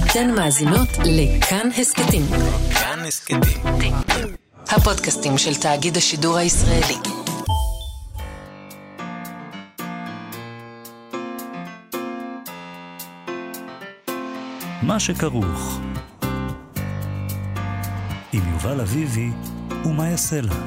אתן מאזינות לכאן הסקטים. כאן הסקטים. הפודקאסטים של תאגיד השידור הישראלי. מה שכרוך עם יובל אביבי ומה יעשה לה.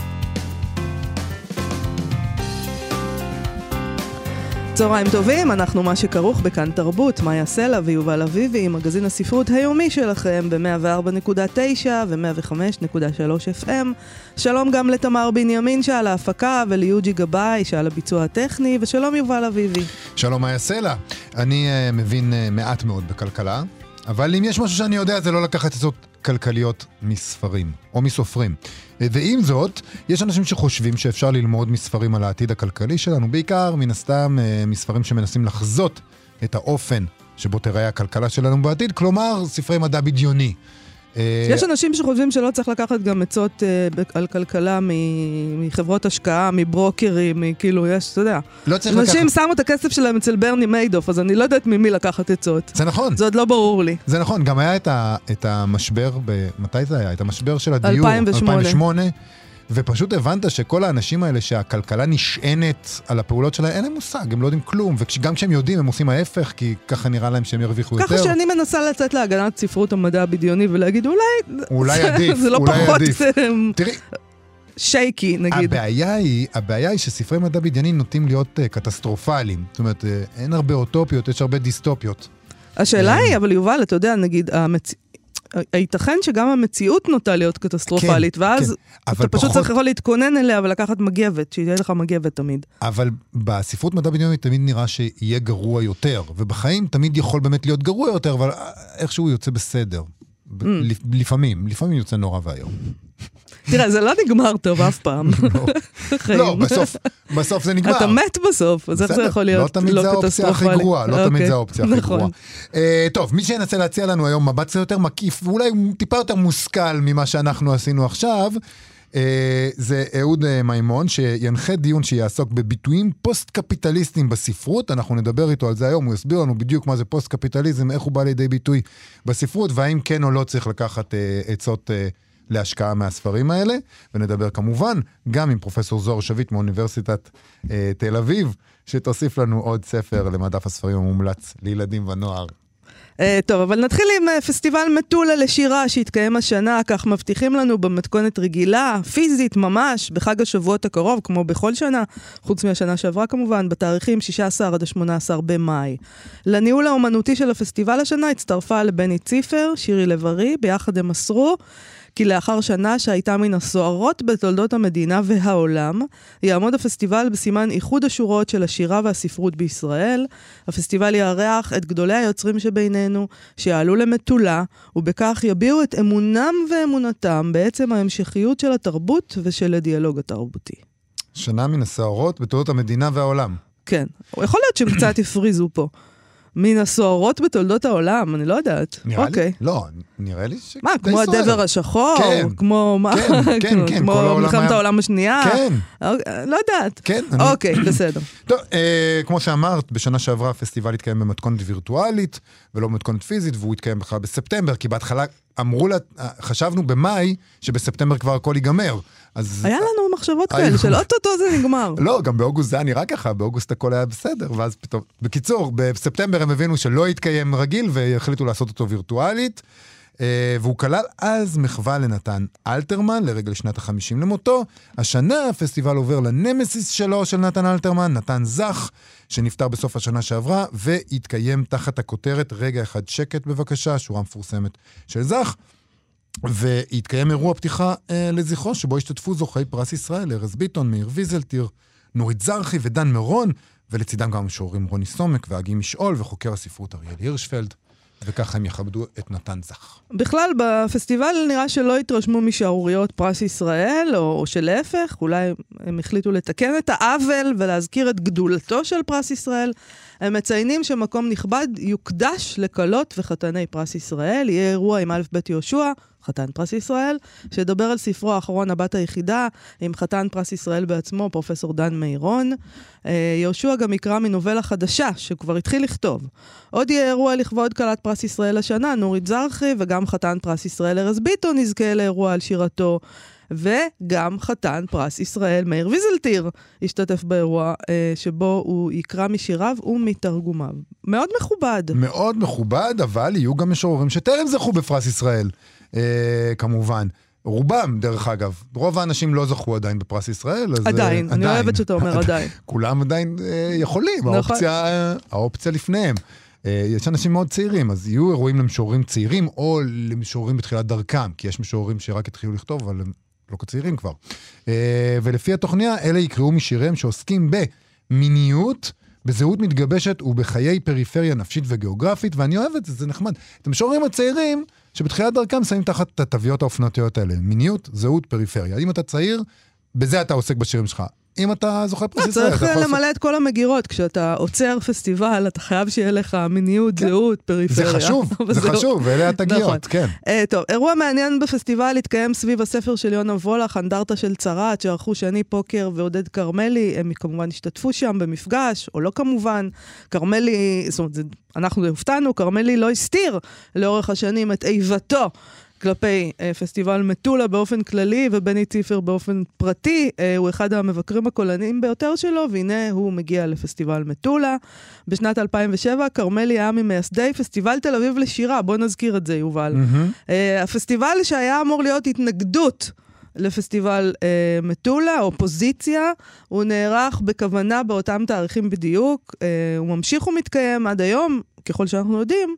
צהריים טובים, אנחנו מה שכרוך בכאן תרבות, מה יעשה לה ויובל אביבי, מגזין הספרות היומי שלכם ב-104.9 ו-105.3 FM. שלום גם לתמר בנימין שעל ההפקה וליוג'י גבאי שעל הביצוע הטכני, ושלום יובל אביבי. שלום, מה יעשה לה? אני מבין מעט מאוד בכלכלה, אבל אם יש משהו שאני יודע זה לא לקחת עצות כלכליות מספרים או מסופרים. ועם זאת, יש אנשים שחושבים שאפשר ללמוד מספרים על העתיד הכלכלי שלנו, בעיקר מן הסתם מספרים שמנסים לחזות את האופן שבו תראה הכלכלה שלנו בעתיד, כלומר ספרי מדע בדיוני. יש אנשים שחושבים שלא צריך לקחת גם עצות על כלכלה מחברות השקעה, מברוקרים, כאילו יש, אתה יודע. לא צריך לקחת. אנשים שמו את הכסף שלהם אצל ברני מיידוף, אז אני לא יודעת ממי לקחת עצות. זה נכון. זה עוד לא ברור לי. זה נכון, גם היה את המשבר, מתי זה היה? את המשבר של הדיור. 2008. ופשוט הבנת שכל האנשים האלה שהכלכלה נשענת על הפעולות שלהם, אין להם מושג, הם לא יודעים כלום, וגם כשהם יודעים, הם עושים ההפך, כי ככה נראה להם שהם ירוויחו יותר. ככה שאני מנסה לצאת להגנת ספרות המדע הבדיוני, ולהגיד, אולי עדיף, זה לא פחות תראי, שייקי, נגיד. הבעיה היא שספרי מדע בדיוני נוטים להיות קטסטרופליים. זאת אומרת, אין הרבה אוטופיות, יש הרבה דיסטופיות. השאלה היא, אבל יובל, אתה יודע, נגיד, הייתכן שגם המציאות נוטה להיות קטסטרופלית, ואז אתה פשוט צריך להתכונן אליה ולקחת מגבת, שיהיה לך מגבת תמיד. אבל בספרות מדע בדיוני תמיד נראה שיהיה גרוע יותר, ובחיים תמיד יכול באמת להיות גרוע יותר, אבל איכשהו יוצא בסדר. לפעמים יוצא נורא והיום. תראה, זה לא נגמר טוב אף פעם. לא, בסוף זה נגמר. אתה מת בסוף, אז איך זה יכול להיות לא קטסטרופלי? לא תמיד זה האופציה הכי גרועה, לא תמיד זה האופציה הכי גרועה. טוב, מי שינסה להציע לנו היום מבט יותר מקיף, ואולי טיפה יותר מושכל ממה שאנחנו עשינו עכשיו, זה אהוד מימון, שינחה דיון שיעסוק בביטויים פוסט-קפיטליסטיים בספרות. אנחנו נדבר איתו על זה היום, הוא יסביר לנו בדיוק מה זה פוסט-קפיטליזם, איך הוא בא לידי ביטוי בספרות, והאם כן או לא צריך לקחת עצות להשקעה מהספרים האלה. ונדבר כמובן גם עם פרופסור זוהר שביט מאוניברסיטת תל אביב, שתוסיף לנו עוד ספר למדף הספרים המומלץ לילדים ונוער. טוב, אבל נתחיל עם פסטיבל מטולה לשירה שהתקיים השנה, כך מבטיחים לנו במתכונת רגילה, פיזית ממש, בחג השבועות הקרוב, כמו בכל שנה, חוץ מהשנה שעברה כמובן, בתאריכים 16 עד 18 במאי. לניהול האומנותי של הפסטיבל השנה הצטרפה לבני ציפר, שירי לברי, ביחד הם מסרו, כי לאחר שנה שהייתה מן הסוערות בתולדות המדינה והעולם, יעמוד הפסטיבל בסימן איחוד השורות של השירה והספרות בישראל. הפסטיבל יארח את גדולי היוצרים שבינינו, שיעלו למטולה, ובכך יביעו את אמונם ואמונתם בעצם ההמשכיות של התרבות ושל הדיאלוג התרבותי. שנה מן הסוערות בתולדות המדינה והעולם. כן, יכול להיות שהם קצת הפריזו פה. מן הסוערות בתולדות העולם, אני לא יודעת. נראה לי? לא, נראה לי שדי סוער. מה, כמו הדבר השחור? כן. כמו מה? כן. כמו מלחמת העולם השנייה? כן. לא יודעת. כן. אוקיי, בסדר. טוב, כמו שאמרת, בשנה שעברה הפסטיבל התקיים במתכונת וירטואלית, ולא במתכונת פיזית, והוא התקיים בכלל בספטמבר, כי בהתחלה אמרו לה, חשבנו במאי, שבספטמבר כבר הכל ייגמר. היה לנו מחשבות כאלה, של אוטוטו זה נגמר. לא, גם באוגוסט זה היה נראה ככה, באוגוסט הכל היה בסדר, ואז פתאום, בקיצור, בספטמבר הם הבינו שלא יתקיים רגיל, והחליטו לעשות אותו וירטואלית, והוא כלל אז מחווה לנתן אלתרמן, לרגל שנת ה-50 למותו. השנה הפסטיבל עובר לנמסיס שלו, של נתן אלתרמן, נתן זך, שנפטר בסוף השנה שעברה, והתקיים תחת הכותרת רגע אחד שקט בבקשה, שורה מפורסמת של זך, והתקיים אירוע פתיחה לזכרו, שבו השתתפו זוכי פרס ישראל, ארז ביטון, מאיר ויזלטיר, נורית זרחי ודן מרון, ולצידם גם משוררים רוני סומק ואגי משעול, וחוקר הספרות אריאל הירשפלד, וככה הם יכבדו את נתן זך. בכלל, בפסטיבל נראה שלא התרשמו משערוריות פרס ישראל, או שלהפך, אולי הם החליטו לתקן את העוול ולהזכיר את גדולתו של פרס ישראל. הם מציינים שמקום נכבד יוקדש לקלות וחתני פרס ישראל, יהיה אירוע עם א' ב' יהושע, חתן פרס ישראל, שדבר על ספרו האחרון, הבת היחידה, עם חתן פרס ישראל בעצמו, פרופסור דן מירון. יהושע גם יקרא מנובלה חדשה, שכבר התחיל לכתוב. עוד יהיה אירוע לכבוד כלת פרס ישראל השנה, נורית זרחי, וגם חתן פרס ישראל ארז ביטון יזכה לאירוע על שירתו. וגם חתן פרס ישראל מאיר ויזלטיר השתתף באירוע שבו הוא יקרא משיריו ומתרגומיו. מאוד מכובד. מאוד מכובד, אבל יהיו גם משוררים שטרם זכו בפרס ישראל, כמובן. רובם, דרך אגב. רוב האנשים לא זכו עדיין בפרס ישראל. עדיין, אני אוהבת שאתה אומר עדיין. כולם עדיין יכולים, האופציה לפניהם. יש אנשים מאוד צעירים, אז יהיו אירועים למשוררים צעירים, או למשוררים בתחילת דרכם, כי יש משוררים שרק התחילו לכתוב, אבל הם לא כצעירים כבר. ולפי התוכניה, אלה יקראו משיריהם שעוסקים במיניות, בזהות מתגבשת ובחיי פריפריה נפשית וגיאוגרפית, ואני אוהב את זה, זה נחמד. את המשוררים הצעירים, שבתחילת דרכם שמים תחת את התוויות האופנתיות האלה. מיניות, זהות, פריפריה. אם אתה צעיר, בזה אתה עוסק בשירים שלך. אם אתה זוכה פרס ישראל, אתה צריך למלא את כל המגירות. כשאתה עוצר פסטיבל, אתה חייב שיהיה לך מיניות, זהות, פריפריה. זה חשוב, ואלה התגיות, כן. טוב, אירוע מעניין בפסטיבל התקיים סביב הספר של יונה וולך, אנדרטה של צרת, שערכו שני פוקר ועודד קרמלי, הם כמובן השתתפו שם במפגש, או לא כמובן. קרמלי, זאת אומרת, אנחנו הופתענו, קרמלי לא הסתיר לאורך השנים את איבתו, כלפי פסטיבל מטולה באופן כללי, ובני ציפר באופן פרטי, הוא אחד המבקרים הקולניים ביותר שלו, והנה הוא מגיע לפסטיבל מטולה. בשנת 2007, קרמלי היה ממייסדי פסטיבל תל אביב לשירה, בוא נזכיר את זה, יובל. הפסטיבל שהיה אמור להיות התנגדות לפסטיבל מטולה, אופוזיציה, הוא נערך בכוונה באותם תאריכים בדיוק, הוא ממשיך ומתקיים עד היום, ככל שאנחנו יודעים,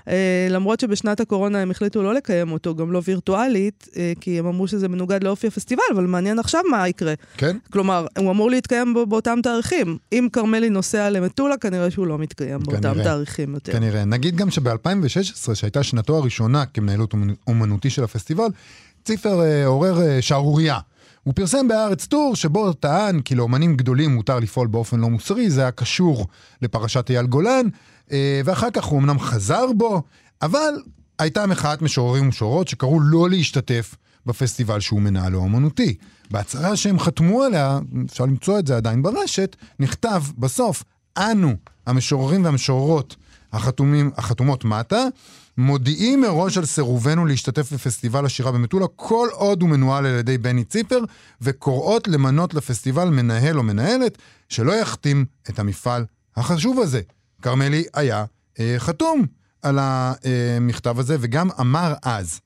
למרות שבשנת הקורונה הם החליטו לא לקיים אותו, גם לא וירטואלית, כי הם אמרו שזה מנוגד לאופי הפסטיבל, אבל מעניין עכשיו מה יקרה. כן. כלומר, הוא אמור להתקיים באותם תאריכים. אם קרמלי נוסע למטולה, כנראה שהוא לא מתקיים באותם תאריכים יותר. כנראה. נגיד גם שב-2016, שהייתה שנתו הראשונה כמנהלות אומנותי של הפסטיבל, ציפר עורר שערוריה. הוא פרסם בארץ טור שבו טען כי לאומנים גדולים מותר לפעול באופן לא מוסרי, זה היה קשור לפרשת אייל גולן, ואחר כך הוא אמנם חזר בו, אבל הייתה מחאת משוררים ומשוררות שקראו לא להשתתף בפסטיבל שהוא מנהל האומנותי. בהצהרה שהם חתמו עליה, אפשר למצוא את זה עדיין ברשת, נכתב בסוף, אנו, המשוררים והמשוררות החתומות מטה, מודיעים מראש על סירובנו להשתתף בפסטיבל השירה במטולה, כל עוד הוא מנוהל על ידי בני ציפר, וקוראות למנות לפסטיבל מנהל או מנהלת, שלא יחתים את המפעל החשוב הזה. קרמלי היה חתום על המכתב הזה, וגם אמר אז,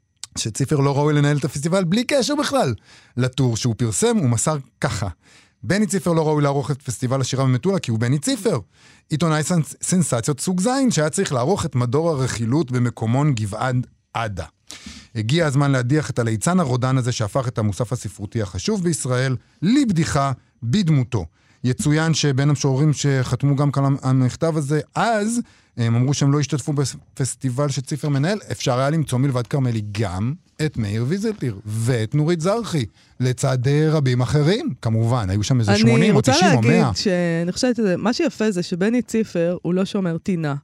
שציפר לא ראוי לנהל את הפסטיבל, בלי קשר בכלל לטור שהוא פרסם, הוא מסר ככה. בני ציפר לא ראוי לערוך את פסטיבל השירה במטולה, כי הוא בני ציפר. עיתונאי סנסציות סוג זין, שהיה צריך לערוך את מדור הרכילות במקומון גבעת עדה. הגיע הזמן להדיח את הליצן הרודן הזה, שהפך את המוסף הספרותי החשוב בישראל, לבדיחה בדמותו. יצוין שבין המשוררים שחתמו גם כאן המכתב הזה, אז הם אמרו שהם לא השתתפו בפסטיבל שציפר מנהל, אפשר היה למצוא מלבד קרמלי גם את מאיר ויזלטיר ואת נורית זרחי, לצד רבים אחרים, כמובן, היו שם איזה 80 או 90 או 100. אני רוצה להגיד שאני חושבת שזה, מה שיפה זה שבני ציפר הוא לא שומר טינה.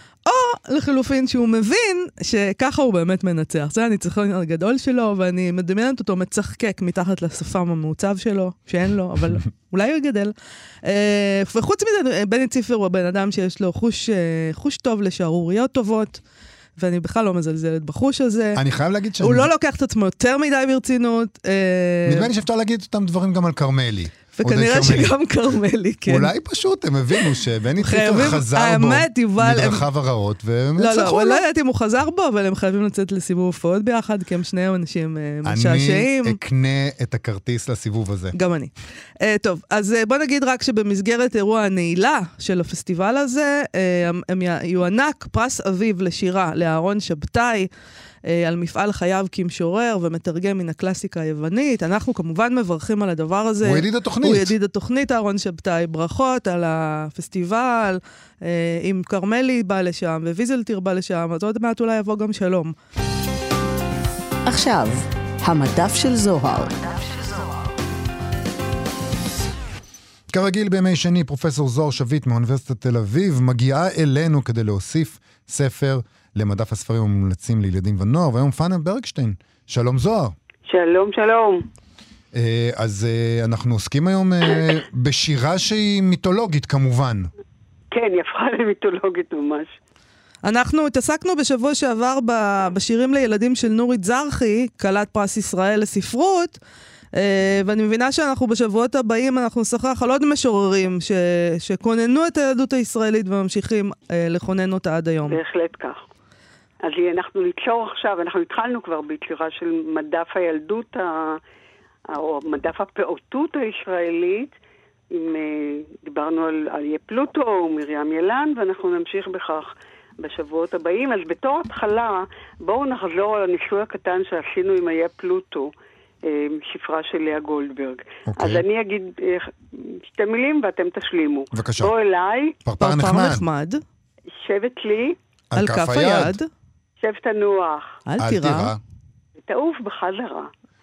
או לחילופין שהוא מבין שככה הוא באמת מנצח. זה הניצחון הגדול שלו, ואני מדמיינת אותו מצחקק מתחת לשפם המעוצב שלו, שאין לו, אבל אולי הוא יגדל. וחוץ מזה, בני ציפר הוא הבן אדם שיש לו חוש טוב לשערוריות טובות, ואני בכלל לא מזלזלת בחוש הזה. אני חייב להגיד הוא לא לוקח את עצמו יותר מדי ברצינות. נדמה לי שאפשר להגיד אותם דברים גם על קרמלי. וכנראה שגם קרמלי, כן. אולי פשוט הם הבינו שבני ציפר חזר בו מדרכיו הרעות, והם לא, לא יודעת אם הוא חזר בו, אבל הם חייבים לצאת לסיבוב הופעות ביחד, כי הם שניהם אנשים משעשעים. אני אקנה את הכרטיס לסיבוב הזה. גם אני. טוב, אז בוא נגיד רק שבמסגרת אירוע הנעילה של הפסטיבל הזה, הם יוענק פרס אביב לשירה לאהרון שבתאי, על מפעל חייו כמשורר ומתרגם מן הקלאסיקה היוונית. אנחנו כמובן מברכים על הדבר הזה. הוא ידיד התוכנית. הוא ידיד התוכנית, אהרון שבתאי. ברכות על הפסטיבל, עם קרמלי בא לשם, וויזלטיר בא לשם, אז עוד מעט אולי יבוא גם שלום. עכשיו, המדף של זוהר. כרגיל בימי שני, פרופסור זוהר שביט מאוניברסיטת תל אביב מגיעה אלינו כדי להוסיף ספר למדף הספרים המומלצים לילדים ונוער, והיום פניה ברגשטיין. שלום זוהר. שלום, שלום. אז אנחנו עוסקים היום בשירה שהיא מיתולוגית כמובן. כן, היא הפכה למיתולוגית ממש. אנחנו התעסקנו בשבוע שעבר בשירים לילדים של נורית זרחי, כלת פרס ישראל לספרות, ואני מבינה שאנחנו בשבועות הבאים אנחנו נשוחח על עוד משוררים שכוננו את הילדות הישראלית וממשיכים לכונן אותה עד היום. בהחלט כך. אז אנחנו ליצור עכשיו, אנחנו התחלנו כבר ביצירה של מדף הילדות, או מדף הפעוטות הישראלית, דיברנו על איה פלוטו ומרים ילן, ואנחנו נמשיך בכך בשבועות הבאים. אז בתור התחלה, בואו נחזור על הניסוי הקטן שעשינו עם איה פלוטו, ספרה של לאה גולדברג. אז אני אגיד שתי מילים ואתם תשלימו. בבקשה. בוא אליי. פרפר נחמד. שבת לי. על כף היד. שב תנוח. אל תירא. תעוף בחזרה.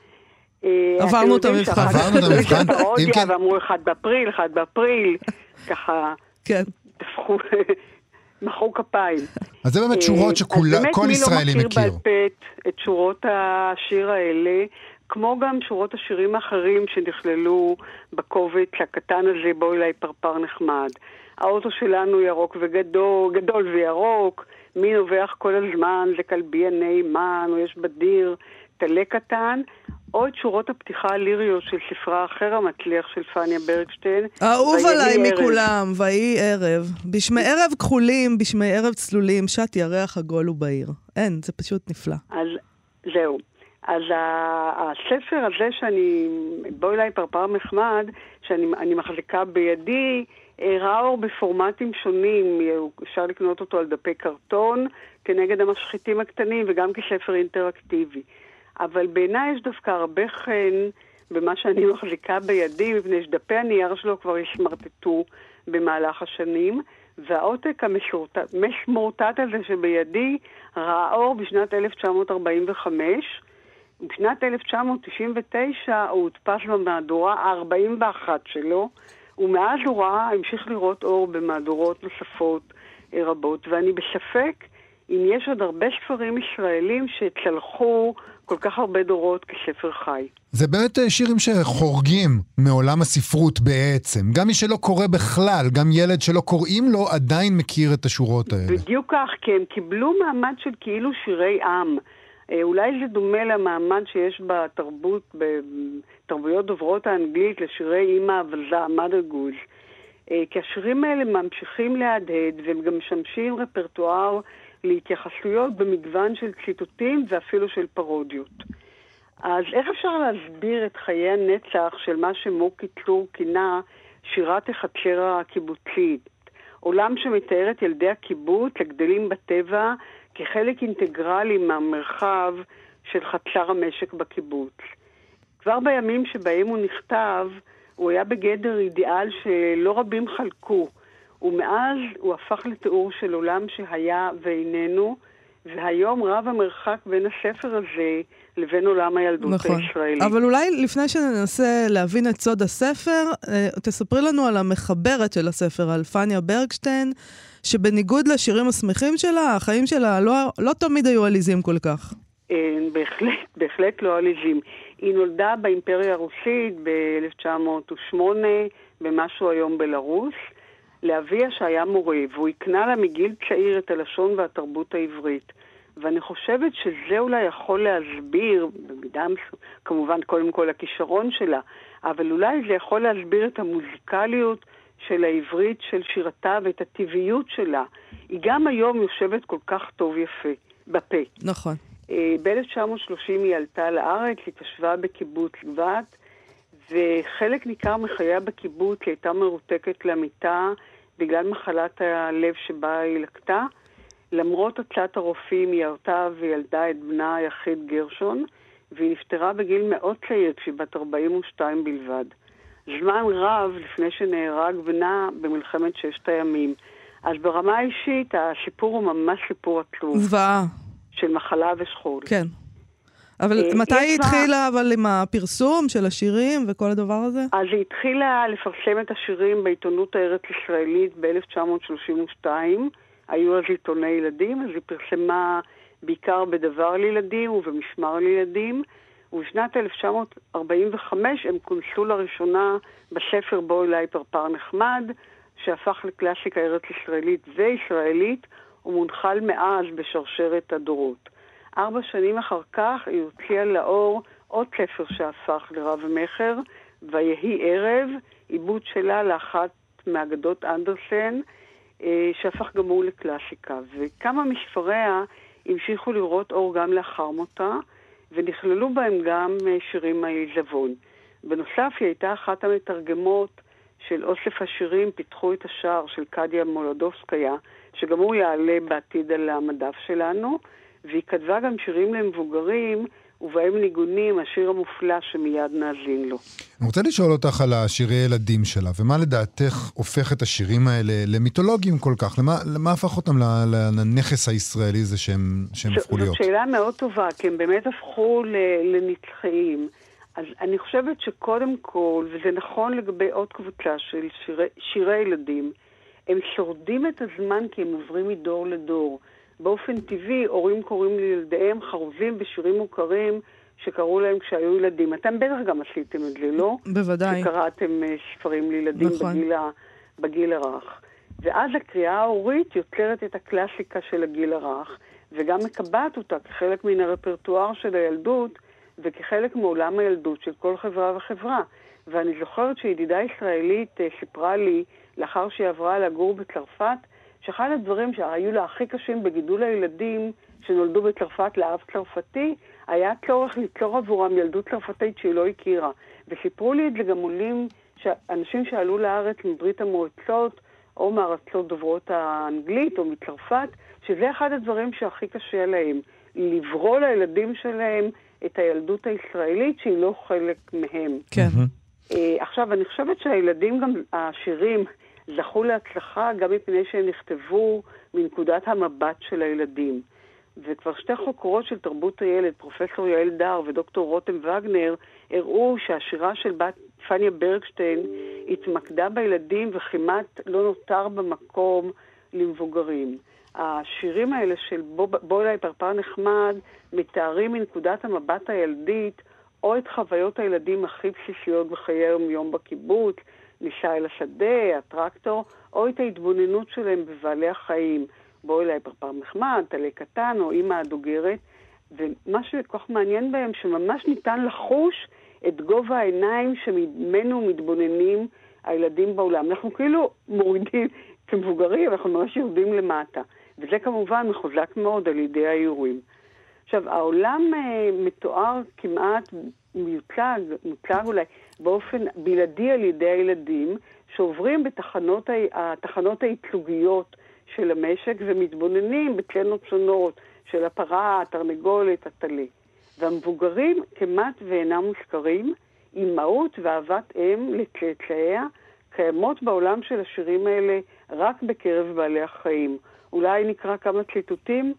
עברנו את המבחן. עברנו את המבחן. ואמרו 1 באפריל, ככה דפחו, מחאו כפיים. אז זה באמת שורות שכל ישראלי מכיר. באמת מי לא מכיר בעל פה את שורות השיר האלה, כמו גם שורות השירים האחרים שנכללו בקובץ הקטן הזה, בוא אליי פרפר נחמד. האוטו שלנו ירוק וגדול, גדול וירוק, מי נובח כל הזמן, זה כלבי הנאמן, או יש בדיר, תלה קטן, או את שורות הפתיחה הליריות של ספרה אחר המצליח של פניה ברגשטיין. אהוב עליי מכולם, ויהי ערב. בשמי ערב כחולים, בשמי ערב צלולים, שט ירח עגול ובעיר. אין, זה פשוט נפלא. אז זהו. אז הספר הזה בוא אליי פרפר נחמד, שאני מחזיקה בידי, ראה אור בפורמטים שונים, אפשר לקנות אותו על דפי קרטון, כנגד המשחיתים הקטנים וגם כספר אינטראקטיבי. אבל בעיניי יש דווקא הרבה חן במה שאני מחזיקה בידי, מפני שדפי הנייר שלו כבר השמרטטו במהלך השנים, והעותק המשמורטט הזה שבידי ראה אור בשנת 1945, בשנת 1999 הוא הודפס במהדורה ה-41 שלו, ומאז הוא המשיך לראות אור במהדורות נוספות רבות, ואני בספק אם יש עוד הרבה ספרים ישראלים שצלחו כל כך הרבה דורות כשפר חי. זה באמת שירים שחורגים מעולם הספרות בעצם. גם מי שלא קורא בכלל, גם ילד שלא קוראים לו, עדיין מכיר את השורות האלה. בדיוק כך, כי הם קיבלו מעמד של כאילו שירי עם. אולי זה דומה למעמד שיש בתרבויות דוברות האנגלית לשירי אמא אבזה, mother goods. כי השירים האלה ממשיכים להדהד, והם גם משמשים רפרטואר להתייחסויות במגוון של ציטוטים ואפילו של פרודיות. אז איך אפשר להסביר את חיי הנצח של מה שמוקי צור כינה שירת החצר הקיבוצית? עולם שמתאר את ילדי הקיבוץ הגדלים בטבע כחלק אינטגרלי מהמרחב של חצר המשק בקיבוץ. כבר בימים שבהם הוא נכתב, הוא היה בגדר אידיאל שלא רבים חלקו, ומאז הוא הפך לתיאור של עולם שהיה ואיננו, והיום רב המרחק בין הספר הזה לבין עולם הילדות הישראלית. אבל אולי לפני שננסה להבין את סוד הספר, תספרי לנו על המחברת של הספר, על פניה ברגשטיין, שבניגוד לשירים השמחים שלה, החיים שלה לא תמיד היו עליזים כל כך. בהחלט לא עליזים. היא נולדה באימפריה הרוסית ב-1908, במשהו היום בלרוס, לאביה שהיה מורה, והוא הקנה לה מגיל צעיר את הלשון והתרבות העברית. ואני חושבת שזה אולי יכול להסביר, במידה כמובן קודם כל הכישרון שלה, אבל אולי זה יכול להסביר את המוזיקליות של העברית של שירתה ואת הטבעיות שלה. היא גם היום יושבת כל כך טוב יפה, בפה. נכון. ב-1930 היא עלתה לארץ, היא התיישבה בקיבוץ גבת, וחלק ניכר מחייה בקיבוץ היא הייתה מרותקת למיטה בגלל מחלת הלב שבה היא לקטה. למרות הצעת הרופאים היא ירתה וילדה את בנה היחיד גרשון, והיא נפטרה בגיל מאוד צעיר כשהיא בת 42 בלבד. זמן רב לפני שנהרג בנה במלחמת ששת הימים. אז ברמה האישית הסיפור הוא ממש סיפור עצוב. זוועה. של מחלה ושכול. כן. אבל מתי היא התחילה אבל עם הפרסום של השירים וכל הדבר הזה? אז היא התחילה לפרסם את השירים בעיתונות הארץ ישראלית ב-1932, היו אז עיתוני ילדים, אז היא פרסמה בעיקר בדבר לילדים ובמשמר לילדים, ובשנת 1945 הם כונסו לראשונה בספר בוא אליי פרפר נחמד, שהפך לקלאסיקה ארץ ישראלית וישראלית, ומונחל מאז בשרשרת הדורות. 4 שנים אחר כך היא הוציאה לאור עוד ספר שהפך לרב המחר, ויהי ערב, עיבוד שלה לאחת מאגדות אנדרסן, שהפך גם הוא לקלאסיקה. וכמה מספריה המשיכו לראות אור גם לאחר מותה, ונכללו בהם גם שירים מהעיזבון. בנוסף, היא הייתה אחת המתרגמות של אוסף השירים פיתחו את השער של קדיה מולדובסקיה, שגם הוא יעלה בעתיד על המדף שלנו, והיא כתבה גם שירים למבוגרים, ובהם ניגונים, השיר המופלא שמיד נאזין לו. אני רוצה לשאול אותך על השירי ילדים שלה, ומה לדעתך הופך את השירים האלה למיתולוגיים כל כך? למה הפך אותם לנכס הישראלי זה שהם הפכו להיות? זאת שאלה מאוד טובה, כי הם באמת הפכו לנצחיים. אז אני חושבת שקודם כל, וזה נכון לגבי עוד קבוצה של שירי ילדים, הם שורדים את הזמן כי הם עוברים מדור לדור. באופן טבעי, הורים קוראים לילדיהם חרוזים בשירים מוכרים שקראו להם כשהיו ילדים. אתם בטח גם עשיתם את זה, לא? בוודאי. שקראתם ספרים לילדים נכון. בגיל הרך. ואז הקריאה ההורית יוצרת את הקלאסיקה של הגיל הרך, וגם מקבעת אותה כחלק מן הרפרטואר של הילדות, וכחלק מעולם הילדות של כל חברה וחברה. ואני זוכרת שידידה ישראלית סיפרה לי, לאחר שהיא עברה לגור בצרפת, שאחד הדברים שהיו לה הכי קשים בגידול הילדים שנולדו בצרפת לאב צרפתי, היה צורך ליצור עבורם ילדות צרפתית שהיא לא הכירה. וסיפרו לי את זה גם עולים, אנשים שעלו לארץ מברית המועצות, או מארצות דוברות האנגלית, או מצרפת, שזה אחד הדברים שהכי קשה להם, לברוא לילדים שלהם את הילדות הישראלית שהיא לא חלק מהם. כן. עכשיו, אני חושבת שהילדים גם, השירים, זכו להצלחה גם מפני שהם נכתבו מנקודת המבט של הילדים. וכבר 2 חוקרות של תרבות הילד, פרופסור יעל דר ודוקטור רותם וגנר, הראו שהשירה של בת פניה ברגשטיין התמקדה בילדים וכמעט לא נותר במקום למבוגרים. השירים האלה של בוא אליי פרפר נחמד מתארים מנקודת המבט הילדית או את חוויות הילדים הכי בסיסיות בחיי היום בקיבוץ, ניסה אל השדה, הטרקטור, או את ההתבוננות שלהם בבעלי החיים. בוא אליי פרפר נחמד, תלה קטן או אמא הדוגרת. ומה שכל כך מעניין בהם, שממש ניתן לחוש את גובה העיניים שממנו מתבוננים הילדים בעולם. אנחנו כאילו מורידים כמבוגרים, אנחנו ממש יורדים למטה. וזה כמובן מחוזק מאוד על ידי האיורים. עכשיו, העולם מתואר כמעט מוצג אולי באופן בלעדי על ידי הילדים, שעוברים בתחנות הייצוגיות של המשק ומתבוננים בצנות שונות של הפרה, התרנגולת, הטלה. והמבוגרים כמעט ואינם מוזכרים, אימהות ואהבת אם לצאצאיה קיימות בעולם של השירים האלה רק בקרב בעלי החיים. אולי נקרא כמה ציטוטים?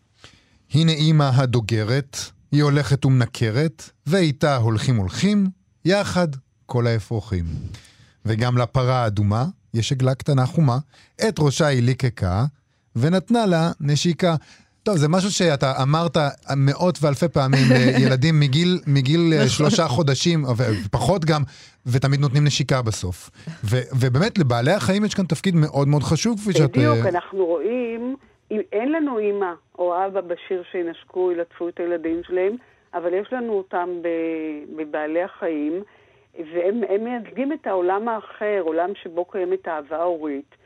הנה אמא הדוגרת, היא הולכת ומנקרת, ואיתה הולכים, יחד כל האפרוחים. וגם לפרה האדומה יש עגלה קטנה חומה, את ראשה היא ליקקה, ונתנה לה נשיקה. טוב, זה משהו שאתה אמרת מאות ואלפי פעמים לילדים מגיל 3 חודשים, ופחות גם, ותמיד נותנים נשיקה בסוף. ובאמת, לבעלי החיים יש כאן תפקיד מאוד מאוד חשוב, כפי שאת... בדיוק, אנחנו רואים, אין לנו אמא או אבא בשיר שינשקו, ילטפו את הילדים שלהם, אבל יש לנו אותם בבעלי החיים, והם מייצגים את העולם האחר, עולם שבו קיימת אהבה הורית,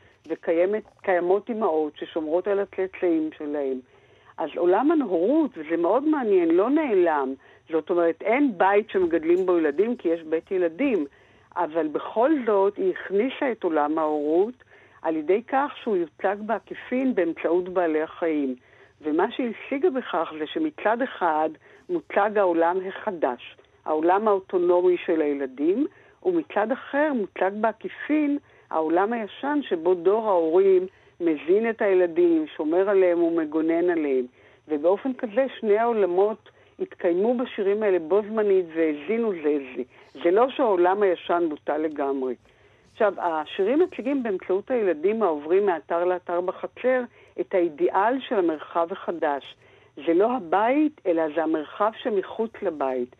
וקיימות אמהות ששומרות על הצאצאים שלהם. אז עולם הנהורות, וזה מאוד מעניין, לא נעלם. זאת אומרת, אין בית שמגדלים בו ילדים, כי יש בית ילדים. אבל בכל זאת, היא הכניסה את עולם ההורות על ידי כך שהוא יוצג בעקיפין באמצעות בעלי החיים. ומה שהשיגה בכך זה שמצד אחד מוצג העולם החדש, העולם האוטונומי של הילדים, ומצד אחר מוצג בעקיפין העולם הישן שבו דור ההורים מזין את הילדים, שומר עליהם ומגונן עליהם. ובאופן כזה שני העולמות התקיימו בשירים האלה בו זמנית והזינו זה. זה לא שהעולם הישן בוטל לגמרי. עכשיו, השירים מציגים באמצעות הילדים העוברים מאתר לאתר בחצר את האידיאל של המרחב החדש. זה לא הבית, אלא זה המרחב שמחוץ לבית.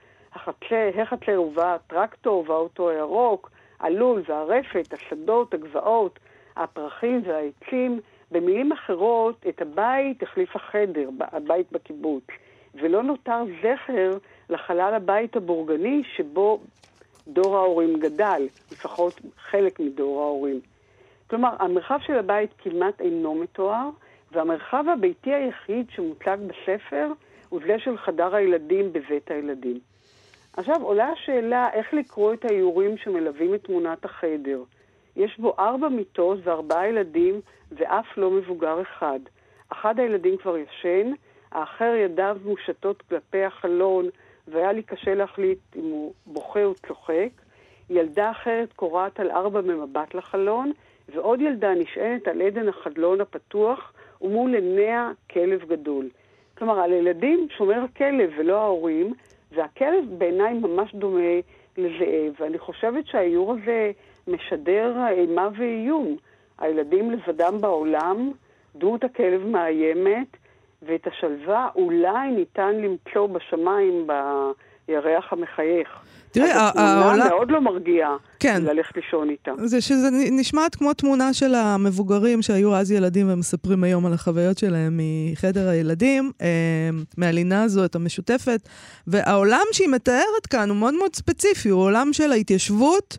החצר ובה הטרקטור והאוטו הירוק, הלול והרפת, השדות, הגבעות, הפרחים והעצים. במילים אחרות, את הבית החליף החדר, הבית בקיבוץ. ולא נותר זכר לחלל הבית הבורגני שבו דור ההורים גדל, לפחות חלק מדור ההורים. כלומר, המרחב של הבית כמעט אינו מתואר, והמרחב הביתי היחיד שמוצג בספר הוא זה של חדר הילדים בבית הילדים. עכשיו עולה השאלה איך לקרוא את האיורים שמלווים את תמונת החדר. יש בו 4 מיטות ו4 ילדים ואף לא מבוגר אחד. אחד הילדים כבר ישן, האחר ידיו מושטות כלפי החלון והיה לי קשה להחליט אם הוא בוכה או צוחק. ילדה אחרת קוראת על 4 ממבט לחלון, ועוד ילדה נשענת על עדן החלון הפתוח ומול עיניה כלב גדול. כלומר, על ילדים שומר הכלב ולא ההורים, והכלב בעיניי ממש דומה לזאב, ואני חושבת שהאיור הזה משדר אימה ואיום. הילדים לבדם בעולם, דמות הכלב מאיימת, ואת השלווה אולי ניתן למצוא בשמיים בירח המחייך. תראי, התמונה מאוד לא מרגיעה כן. ללכת לישון איתה. זה שזה נשמעת כמו תמונה של המבוגרים שהיו אז ילדים ומספרים היום על החוויות שלהם מחדר הילדים, מהלינה הזאת המשותפת, והעולם שהיא מתארת כאן הוא מאוד מאוד ספציפי, הוא עולם של ההתיישבות,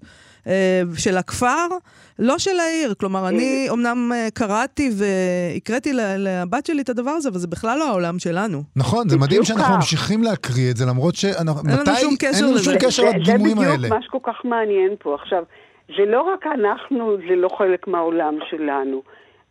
של הכפר, לא של העיר. כלומר, אני אומנם קראתי והקראתי לבת שלי את הדבר הזה, אבל זה בכלל לא העולם שלנו. נכון, זה מדהים שאנחנו ממשיכים להקריא את זה, למרות אין לנו שום קשר לדימויים האלה. זה בדיוק מה שכל כך מעניין פה. עכשיו, זה לא רק אנחנו, זה לא חלק מהעולם שלנו.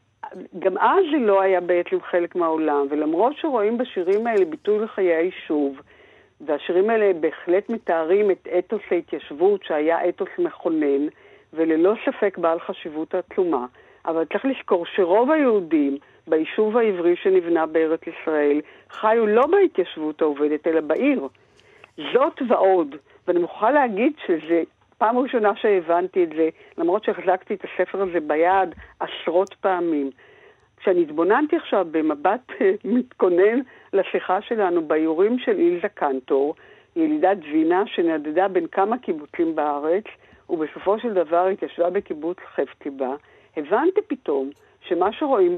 גם אז זה לא היה בעצם חלק מהעולם, ולמרות שרואים בשירים האלה ביטוי לחיי היישוב, והשירים האלה בהחלט מתארים את אתוס ההתיישבות שהיה אתוס מכונן, וללא ספק בעל חשיבות עצומה. אבל צריך לזכור שרוב היהודים ביישוב העברי שנבנה בארץ ישראל חיו לא בהתיישבות העובדת אלא בעיר. זאת ועוד, ואני מוכרחה להגיד שזה פעם ראשונה שהבנתי את זה, למרות שהחזקתי את הספר הזה ביד עשרות פעמים. כשאני התבוננתי עכשיו במבט מתכונן לשיחה שלנו באיורים של אילזה קנטור, ילידת וינה שנדדה בין כמה קיבוצים בארץ, ובסופו של דבר התיישבה בקיבוץ חפציבה, הבנתי פתאום שמה שרואים